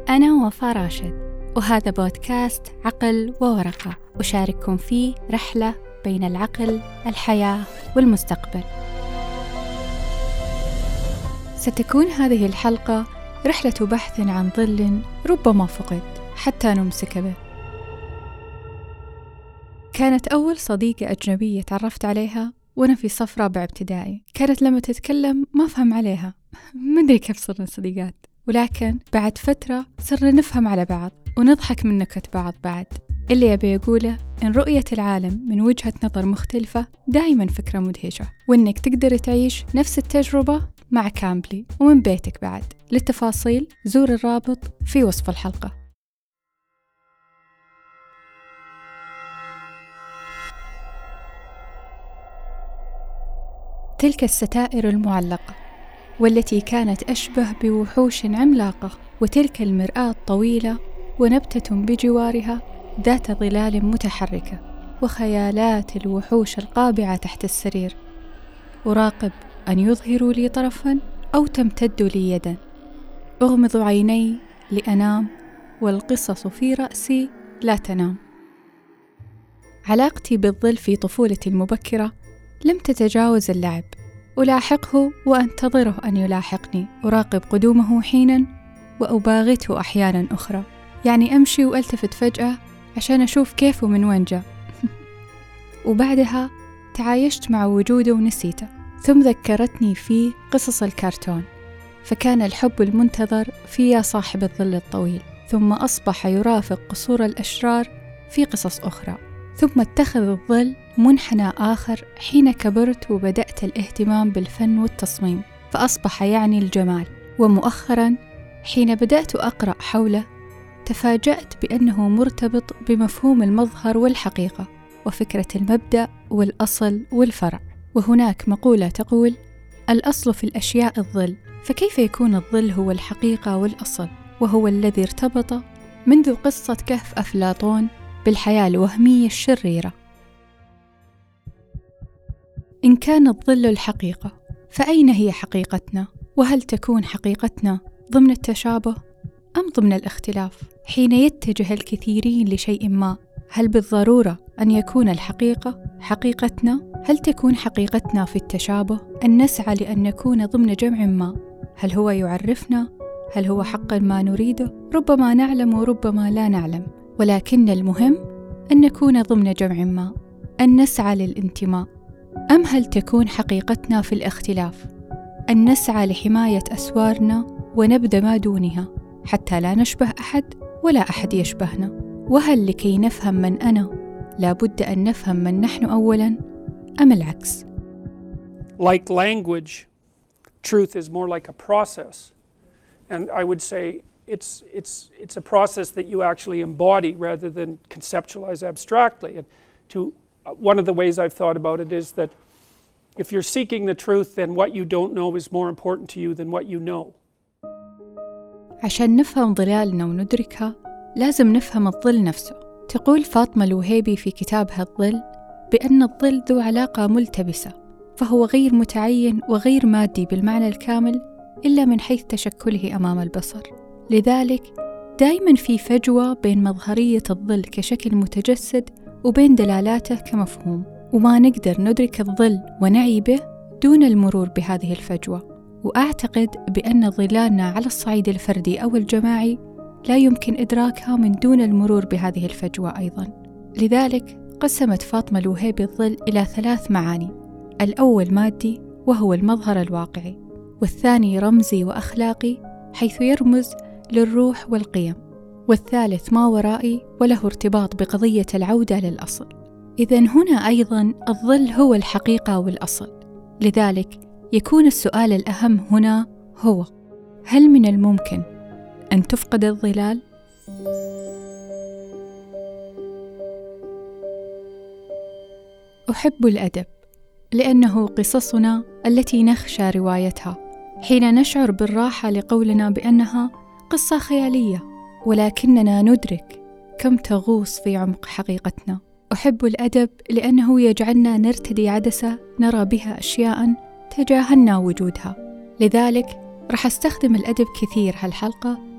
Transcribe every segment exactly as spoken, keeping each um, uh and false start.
أنا وفاء راشد، وهذا بودكاست عقل وورقة، أشارككم فيه رحلة بين العقل، الحياة والمستقبل. ستكون هذه الحلقة رحلة بحث عن ظل ربما فقد حتى نمسك به. كانت أول صديقة أجنبية تعرفت عليها وأنا في صف رابع ابتدائي. كانت لما تتكلم ما أفهم عليها، ما أدري كيف صرنا صديقات، ولكن بعد فترة صرنا نفهم على بعض ونضحك من نكت بعض. بعد اللي أبي يقوله إن رؤية العالم من وجهة نظر مختلفة دائما فكرة مدهشة، وإنك تقدر تعيش نفس التجربة مع كامبلي ومن بيتك. بعد للتفاصيل زور الرابط في وصف الحلقة. تلك الستائر المعلقة والتي كانت أشبه بوحوش عملاقة، وتلك المرآة الطويلة ونبتة بجوارها ذات ظلال متحركة، وخيالات الوحوش القابعة تحت السرير. أراقب أن يظهروا لي طرفا أو تمتد لي يدا، أغمض عيني لأنام والقصص في رأسي لا تنام. علاقتي بالظل في طفولتي المبكرة لم تتجاوز اللعب، ألاحقه وأنتظره أن يلاحقني، أراقب قدومه حينا وأباغته أحيانا أخرى، يعني أمشي وألتفت فجأة عشان أشوف كيف ومن وين جاء. وبعدها تعايشت مع وجوده ونسيته، ثم ذكرتني فيه قصص الكرتون، فكان الحب المنتظر في يا صاحب الظل الطويل، ثم أصبح يرافق قصور الأشرار في قصص أخرى، ثم اتخذ الظل منحنى آخر حين كبرت وبدأت الاهتمام بالفن والتصميم، فأصبح يعني الجمال. ومؤخرا حين بدأت أقرأ حوله تفاجأت بأنه مرتبط بمفهوم المظهر والحقيقة وفكرة المبدأ والأصل والفرع. وهناك مقولة تقول: الأصل في الأشياء الظل، فكيف يكون الظل هو الحقيقة والأصل، وهو الذي ارتبط منذ قصة كهف أفلاطون بالحياة الوهمية الشريرة. إن كان الظل الحقيقة، فأين هي حقيقتنا؟ وهل تكون حقيقتنا ضمن التشابه أم ضمن الاختلاف؟ حين يتجه الكثيرين لشيء ما، هل بالضرورة أن يكون الحقيقة حقيقتنا؟ هل تكون حقيقتنا في التشابه؟ أن نسعى لأن نكون ضمن جمع ما، هل هو يعرفنا؟ هل هو حقا ما نريده؟ ربما نعلم وربما لا نعلم، ولكن المهم أن نكون ضمن جمع ما، أن نسعى للانتماء. أم هل تكون حقيقتنا في الاختلاف، أن نسعى لحماية أسوارنا ونبذ ما دونها حتى لا نشبه أحد ولا أحد يشبهنا؟ وهل لكي نفهم من أنا لابد أن نفهم من نحن أولاً، أم العكس؟ Like language, truth is more like a process. And I would say it's it's it's a process that you actually embody rather than conceptualize abstractly. And to uh, one of the ways I've thought about it is that if you're seeking the truth, then what you don't know is more important to you than what you know. عشان نفهم ظلالنا وندركها لازم نفهم الظل نفسه. تقول فاطمة الوهيبي في كتابها الظل بأن الظل ذو علاقة ملتبسة، فهو غير متعين وغير مادي بالمعنى الكامل إلا من حيث تشكله أمام البصر. لذلك دائما في فجوة بين مظهرية الظل كشكل متجسد وبين دلالاته كمفهوم، وما نقدر ندرك الظل ونعي به دون المرور بهذه الفجوة. وأعتقد بأن ظلالنا على الصعيد الفردي أو الجماعي لا يمكن إدراكها من دون المرور بهذه الفجوة أيضا. لذلك قسمت فاطمة الوهيبي الظل إلى ثلاث معاني: الأول مادي وهو المظهر الواقعي، والثاني رمزي وأخلاقي حيث يرمز للروح والقيم، والثالث ما ورائي وله ارتباط بقضية العودة للأصل. إذن هنا أيضا الظل هو الحقيقة والأصل. لذلك يكون السؤال الأهم هنا هو: هل من الممكن أن تفقد الظلال؟ أحب الأدب لأنه قصصنا التي نخشى روايتها حين نشعر بالراحة لقولنا بأنها قصة خيالية، ولكننا ندرك كم تغوص في عمق حقيقتنا. أحب الأدب لأنه يجعلنا نرتدي عدسة نرى بها أشياء تجاهلنا وجودها. لذلك رح أستخدم الأدب كثير هالحلقة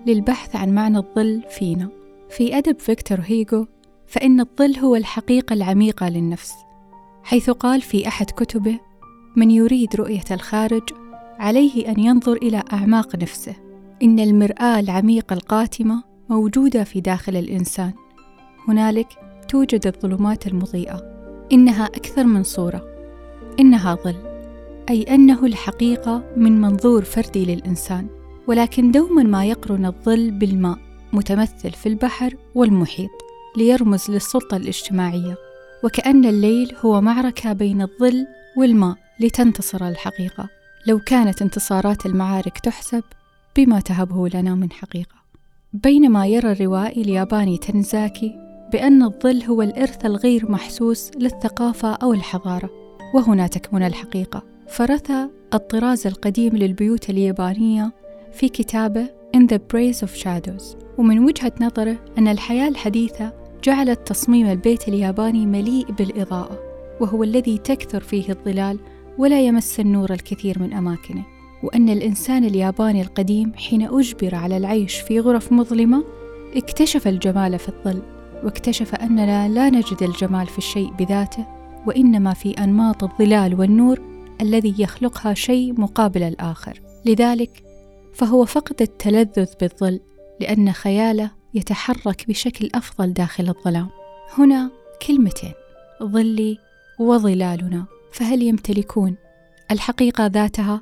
للبحث عن معنى الظل فينا. في أدب فيكتور هيغو فإن الظل هو الحقيقة العميقة للنفس، حيث قال في أحد كتبه: من يريد رؤية الخارج عليه أن ينظر إلى أعماق نفسه، إن المرآة العميقة القاتمة موجودة في داخل الإنسان، هنالك توجد الظلمات المضيئة، إنها أكثر من صورة، إنها ظل، أي أنه الحقيقة من منظور فردي للإنسان. ولكن دوما ما يقرن الظل بالماء متمثل في البحر والمحيط ليرمز للسلطة الاجتماعية، وكأن الليل هو معركة بين الظل والماء لتنتصر الحقيقة، لو كانت انتصارات المعارك تحسب بما تهبه لنا من حقيقة. بينما يرى الروائي الياباني تنزاكي بأن الظل هو الإرث الغير محسوس للثقافة أو الحضارة، وهنا تكمن الحقيقة. فرثى الطراز القديم للبيوت اليابانية في كتابه In the Praise of Shadows، ومن وجهة نظره أن الحياة الحديثة جعلت تصميم البيت الياباني مليء بالإضاءة، وهو الذي تكثر فيه الظلال ولا يمس النور الكثير من أماكنه، وأن الإنسان الياباني القديم حين أجبر على العيش في غرف مظلمة اكتشف الجمال في الظل، واكتشف أننا لا نجد الجمال في الشيء بذاته، وإنما في أنماط الظلال والنور الذي يخلقها شيء مقابل الآخر. لذلك فهو فقد التلذذ بالظل، لأن خياله يتحرك بشكل أفضل داخل الظلام. هنا كلمتين: ظلي وظلالنا، فهل يمتلكون الحقيقة ذاتها؟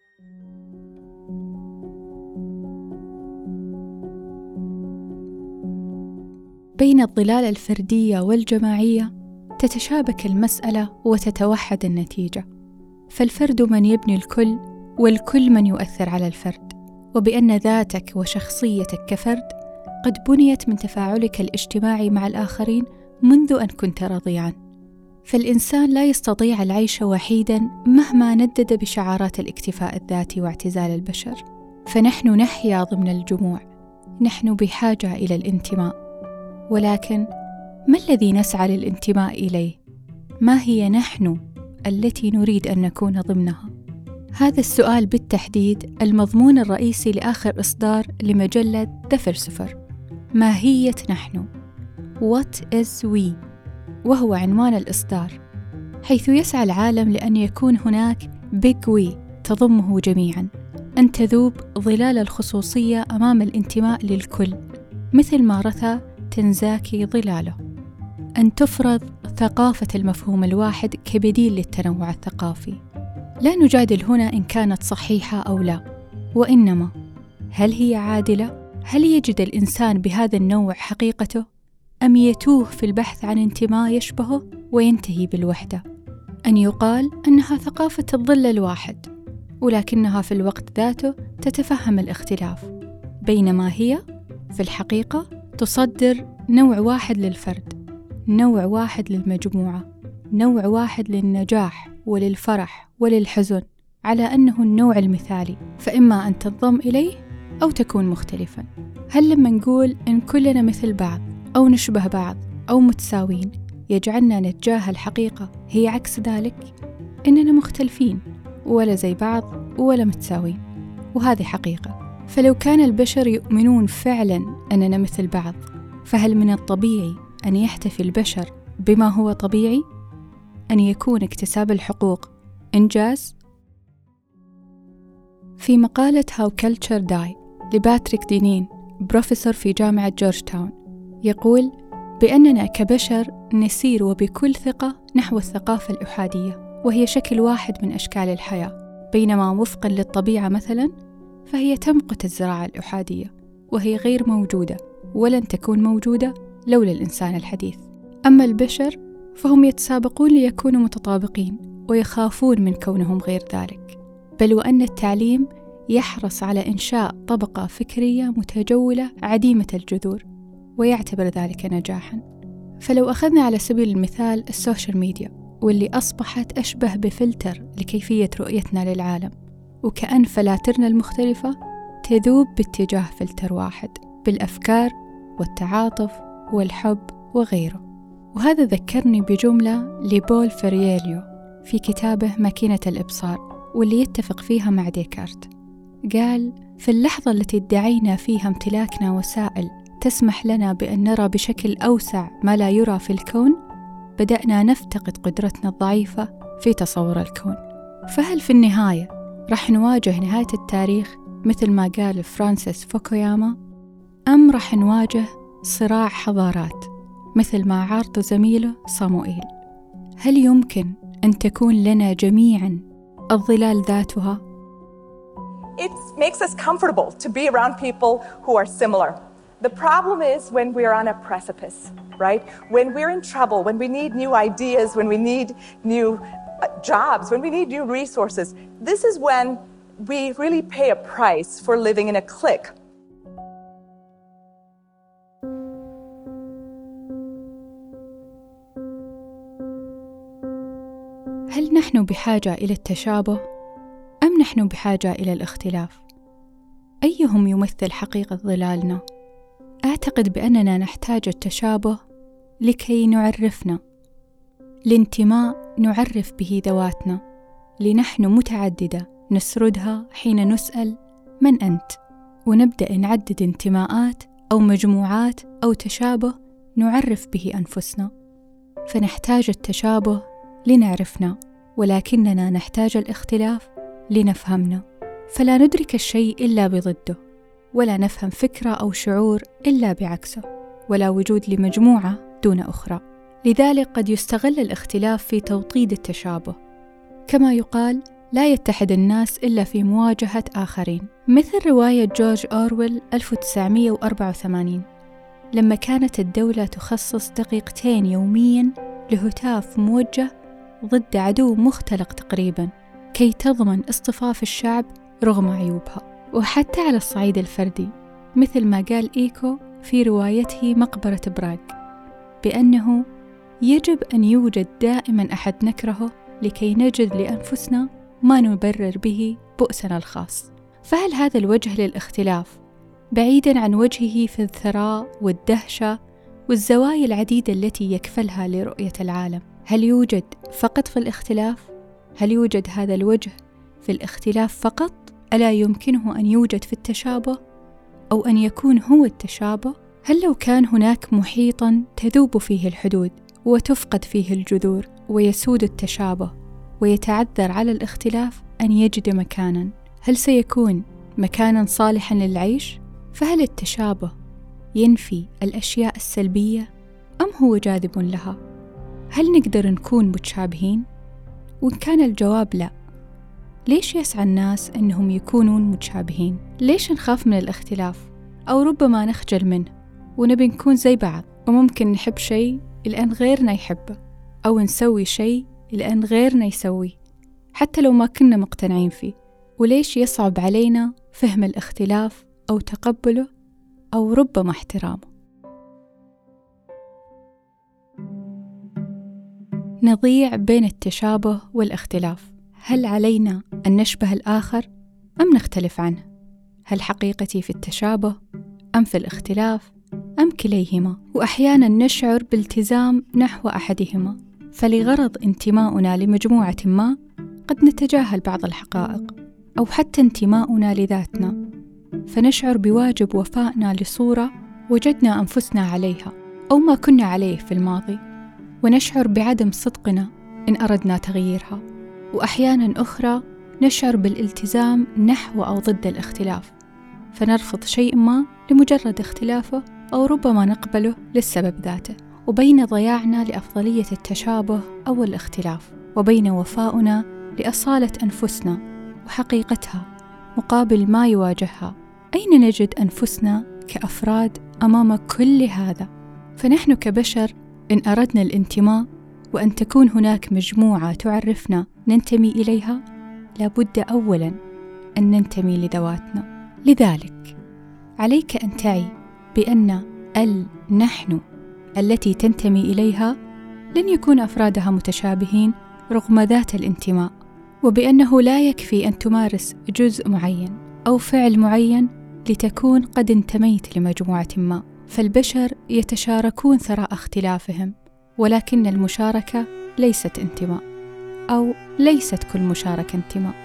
بين الظلال الفردية والجماعية تتشابك المسألة وتتوحد النتيجة، فالفرد من يبني الكل، والكل من يؤثر على الفرد، وبأن ذاتك وشخصيتك كفرد قد بنيت من تفاعلك الاجتماعي مع الآخرين منذ أن كنت رضيعاً. فالإنسان لا يستطيع العيش وحيداً مهما ندد بشعارات الاكتفاء الذاتي واعتزال البشر، فنحن نحيا ضمن الجموع، نحن بحاجة إلى الانتماء. ولكن ما الذي نسعى للانتماء إليه؟ ما هي نحن التي نريد أن نكون ضمنها؟ هذا السؤال بالتحديد المضمون الرئيسي لآخر إصدار لمجلة The Philosopher، ماهية نحن What is we، وهو عنوان الإصدار، حيث يسعى العالم لأن يكون هناك Big We تضمه جميعاً، أن تذوب ظلال الخصوصية أمام الانتماء للكل، مثل ما رثى تنزاكي ظلاله، أن تفرض ثقافة المفهوم الواحد كبديل للتنوع الثقافي. لا نجادل هنا إن كانت صحيحة أو لا، وإنما هل هي عادلة؟ هل يجد الإنسان بهذا النوع حقيقته؟ أم يتوه في البحث عن انتماء يشبهه وينتهي بالوحدة؟ أن يقال أنها ثقافة الظل الواحد، ولكنها في الوقت ذاته تتفهم الاختلاف، بينما هي في الحقيقة تصدر نوع واحد للفرد، نوع واحد للمجموعة، نوع واحد للنجاح وللفرح وللحزن، على أنه النوع المثالي، فإما أن تنضم إليه أو تكون مختلفا. هل لما نقول إن كلنا مثل بعض أو نشبه بعض أو متساوين يجعلنا نتجاهل الحقيقة هي عكس ذلك؟ إننا مختلفين، ولا زي بعض ولا متساوين، وهذه حقيقة. فلو كان البشر يؤمنون فعلا أننا مثل بعض، فهل من الطبيعي أن يحتفي البشر بما هو طبيعي؟ أن يكون اكتساب الحقوق إنجاز؟ في مقالة How Culture Die لباتريك دينين، بروفيسور في جامعة جورج تاون، يقول بأننا كبشر نسير وبكل ثقة نحو الثقافة الأحادية، وهي شكل واحد من أشكال الحياة، بينما وفقا للطبيعة مثلا فهي تمقت الزراعة الأحادية، وهي غير موجودة ولن تكون موجودة لولا الإنسان الحديث. أما البشر فهم يتسابقون ليكونوا متطابقين، ويخافون من كونهم غير ذلك، بل وأن التعليم يحرص على إنشاء طبقة فكرية متجولة عديمة الجذور، ويعتبر ذلك نجاحاً. فلو أخذنا على سبيل المثال السوشيال ميديا، واللي أصبحت أشبه بفلتر لكيفية رؤيتنا للعالم، وكأن فلاترنا المختلفة تذوب باتجاه فلتر واحد بالأفكار والتعاطف والحب وغيره. وهذا ذكرني بجملة لبول فرييليو في كتابه ماكينة الإبصار، واللي يتفق فيها مع ديكارت، قال: في اللحظة التي ادعينا فيها امتلاكنا وسائل تسمح لنا بأن نرى بشكل أوسع ما لا يرى في الكون، بدأنا نفتقد قدرتنا الضعيفة في تصور الكون. فهل في النهاية رح نواجه نهاية التاريخ مثل ما قال فرانسيس فوكوياما، أم رح نواجه صراع حضارات مثل ما عارض زميله صاموئيل؟ هل يمكن أن تكون لنا جميعاً الظلال ذاتها؟ It makes us comfortable to be around people who are similar. The problem is when we're on a precipice, right? When we're in trouble, when we need new ideas, when we need new jobs, when we need new resources. This is when we really pay a price for living in a clique. هل نحن بحاجة إلى التشابه أم نحن بحاجة إلى الاختلاف؟ أيهم يمثل حقيقة ظلالنا؟ أعتقد بأننا نحتاج التشابه لكي نعرفنا، الانتماء نعرف به ذواتنا، لنحن متعددة نسردها حين نسأل من أنت، ونبدأ نعدد انتماءات أو مجموعات أو تشابه نعرف به أنفسنا. فنحتاج التشابه لنعرفنا، ولكننا نحتاج الاختلاف لنفهمنا. فلا ندرك الشيء إلا بضده، ولا نفهم فكرة أو شعور إلا بعكسه، ولا وجود لمجموعة دون أخرى. لذلك قد يستغل الاختلاف في توطيد التشابه، كما يقال: لا يتحد الناس إلا في مواجهة آخرين، مثل رواية جورج أورويل ألف وتسعمائة وأربعة وثمانين، لما كانت الدولة تخصص دقيقتين يومياً لهتاف موجه ضد عدو مختلق تقريباً كي تضمن اصطفاف الشعب رغم عيوبها. وحتى على الصعيد الفردي، مثل ما قال إيكو في روايته مقبرة براغ، بأنه يجب أن يوجد دائماً أحد نكرهه لكي نجد لأنفسنا ما نبرر به بؤسنا الخاص. فهل هذا الوجه للاختلاف بعيداً عن وجهه في الثراء والدهشة والزوايا العديدة التي يكفلها لرؤية العالم، هل يوجد فقط في الاختلاف؟ هل يوجد هذا الوجه في الاختلاف فقط؟ ألا يمكنه أن يوجد في التشابه، أو أن يكون هو التشابه؟ هل لو كان هناك محيطاً تذوب فيه الحدود وتفقد فيه الجذور ويسود التشابه ويتعذر على الاختلاف أن يجد مكاناً، هل سيكون مكاناً صالحاً للعيش؟ فهل التشابه ينفي الأشياء السلبية أم هو جاذب لها؟ هل نقدر نكون متشابهين؟ وإن كان الجواب لا، ليش يسعى الناس أنهم يكونون متشابهين؟ ليش نخاف من الاختلاف؟ أو ربما نخجل منه ونبي نكون زي بعض، وممكن نحب شيء لأن غيرنا يحبه، أو نسوي شيء لأن غيرنا يسويه حتى لو ما كنا مقتنعين فيه. وليش يصعب علينا فهم الاختلاف أو تقبله أو ربما احترامه؟ نضيع بين التشابه والاختلاف. هل علينا أن نشبه الآخر أم نختلف عنه؟ هل حقيقتي في التشابه أم في الاختلاف أم كليهما؟ وأحيانا نشعر بالتزام نحو أحدهما، فلغرض انتماؤنا لمجموعة ما قد نتجاهل بعض الحقائق، أو حتى انتماؤنا لذاتنا، فنشعر بواجب وفائنا لصورة وجدنا أنفسنا عليها أو ما كنا عليه في الماضي، ونشعر بعدم صدقنا إن أردنا تغييرها. وأحيانا أخرى نشعر بالالتزام نحو أو ضد الاختلاف، فنرفض شيء ما لمجرد اختلافه، أو ربما نقبله للسبب ذاته. وبين ضياعنا لأفضلية التشابه أو الاختلاف، وبين وفاؤنا لأصالة أنفسنا وحقيقتها مقابل ما يواجهها، أين نجد أنفسنا كأفراد أمام كل هذا؟ فنحن كبشر إن أردنا الانتماء وأن تكون هناك مجموعة تعرفنا ننتمي إليها، لابد أولاً أن ننتمي لذواتنا. لذلك عليك أن تعي بأن النحن التي تنتمي إليها لن يكون أفرادها متشابهين رغم ذات الانتماء، وبأنه لا يكفي أن تمارس جزء معين أو فعل معين لتكون قد انتميت لمجموعة ما. فالبشر يتشاركون ثراء اختلافهم، ولكن المشاركة ليست انتماء، أو ليست كل مشاركة انتماء.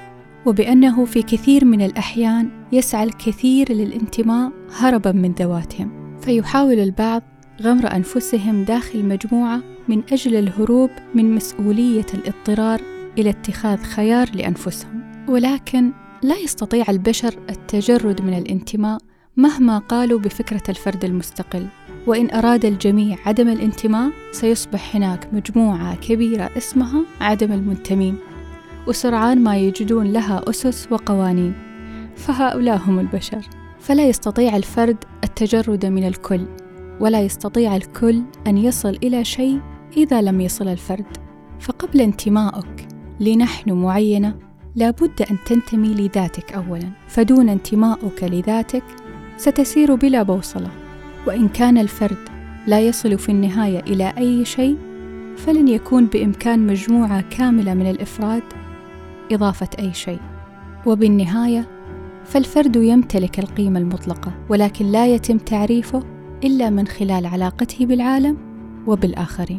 وبأنه في كثير من الأحيان يسعى الكثير للانتماء هرباً من ذواتهم، فيحاول البعض غمر أنفسهم داخل مجموعة من أجل الهروب من مسؤولية الاضطرار إلى اتخاذ خيار لأنفسهم. ولكن لا يستطيع البشر التجرد من الانتماء مهما قالوا بفكرة الفرد المستقل، وإن أراد الجميع عدم الانتماء سيصبح هناك مجموعة كبيرة اسمها عدم المنتمين، وسرعان ما يجدون لها أسس وقوانين، فهؤلاء هم البشر. فلا يستطيع الفرد التجرد من الكل، ولا يستطيع الكل أن يصل إلى شيء إذا لم يصل الفرد. فقبل انتمائك لنحن معينة لابد أن تنتمي لذاتك أولاً، فدون انتمائك لذاتك ستسير بلا بوصلة. وإن كان الفرد لا يصل في النهاية إلى أي شيء، فلن يكون بإمكان مجموعة كاملة من الإفراد إضافة أي شيء. وبالنهاية فالفرد يمتلك القيمة المطلقة، ولكن لا يتم تعريفه إلا من خلال علاقته بالعالم وبالآخرين.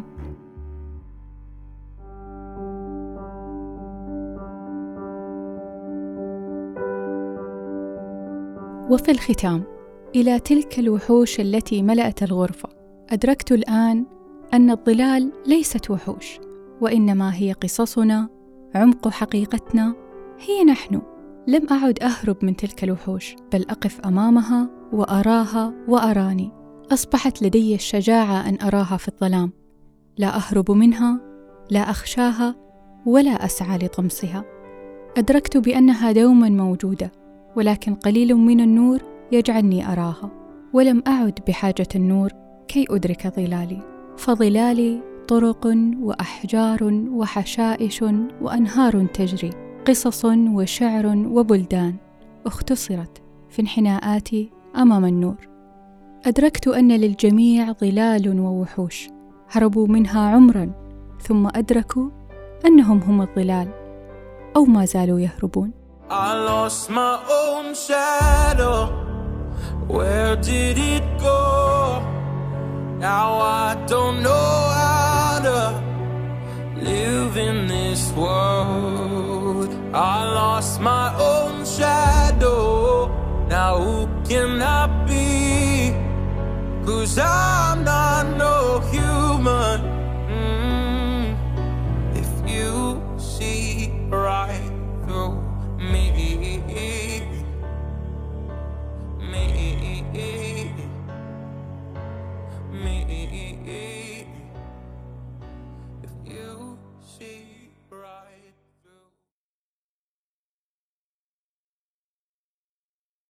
وفي الختام، إلى تلك الوحوش التي ملأت الغرفة، أدركت الآن أن الظلال ليست وحوش، وإنما هي قصصنا، عمق حقيقتنا، هي نحن. لم أعد أهرب من تلك الوحوش، بل أقف أمامها وأراها وأراني. أصبحت لدي الشجاعة أن أراها في الظلام، لا أهرب منها، لا أخشاها، ولا أسعى لطمسها. أدركت بأنها دوما موجودة، ولكن قليل من النور يجعلني أراها، ولم أعد بحاجة النور كي أدرك ظلالي، فظلالي طرق وأحجار وحشائش وأنهار تجري، قصص وشعر وبلدان اختصرت في انحناءاتي أمام النور. أدركت أن للجميع ظلال ووحوش هربوا منها عمرا، ثم أدركوا أنهم هم الظلال، أو ما زالوا يهربون. I lost my own shadow. Where did it go? Now I don't know how to live in this world. I lost my own shadow. Now who can I be? 'Cause I'm not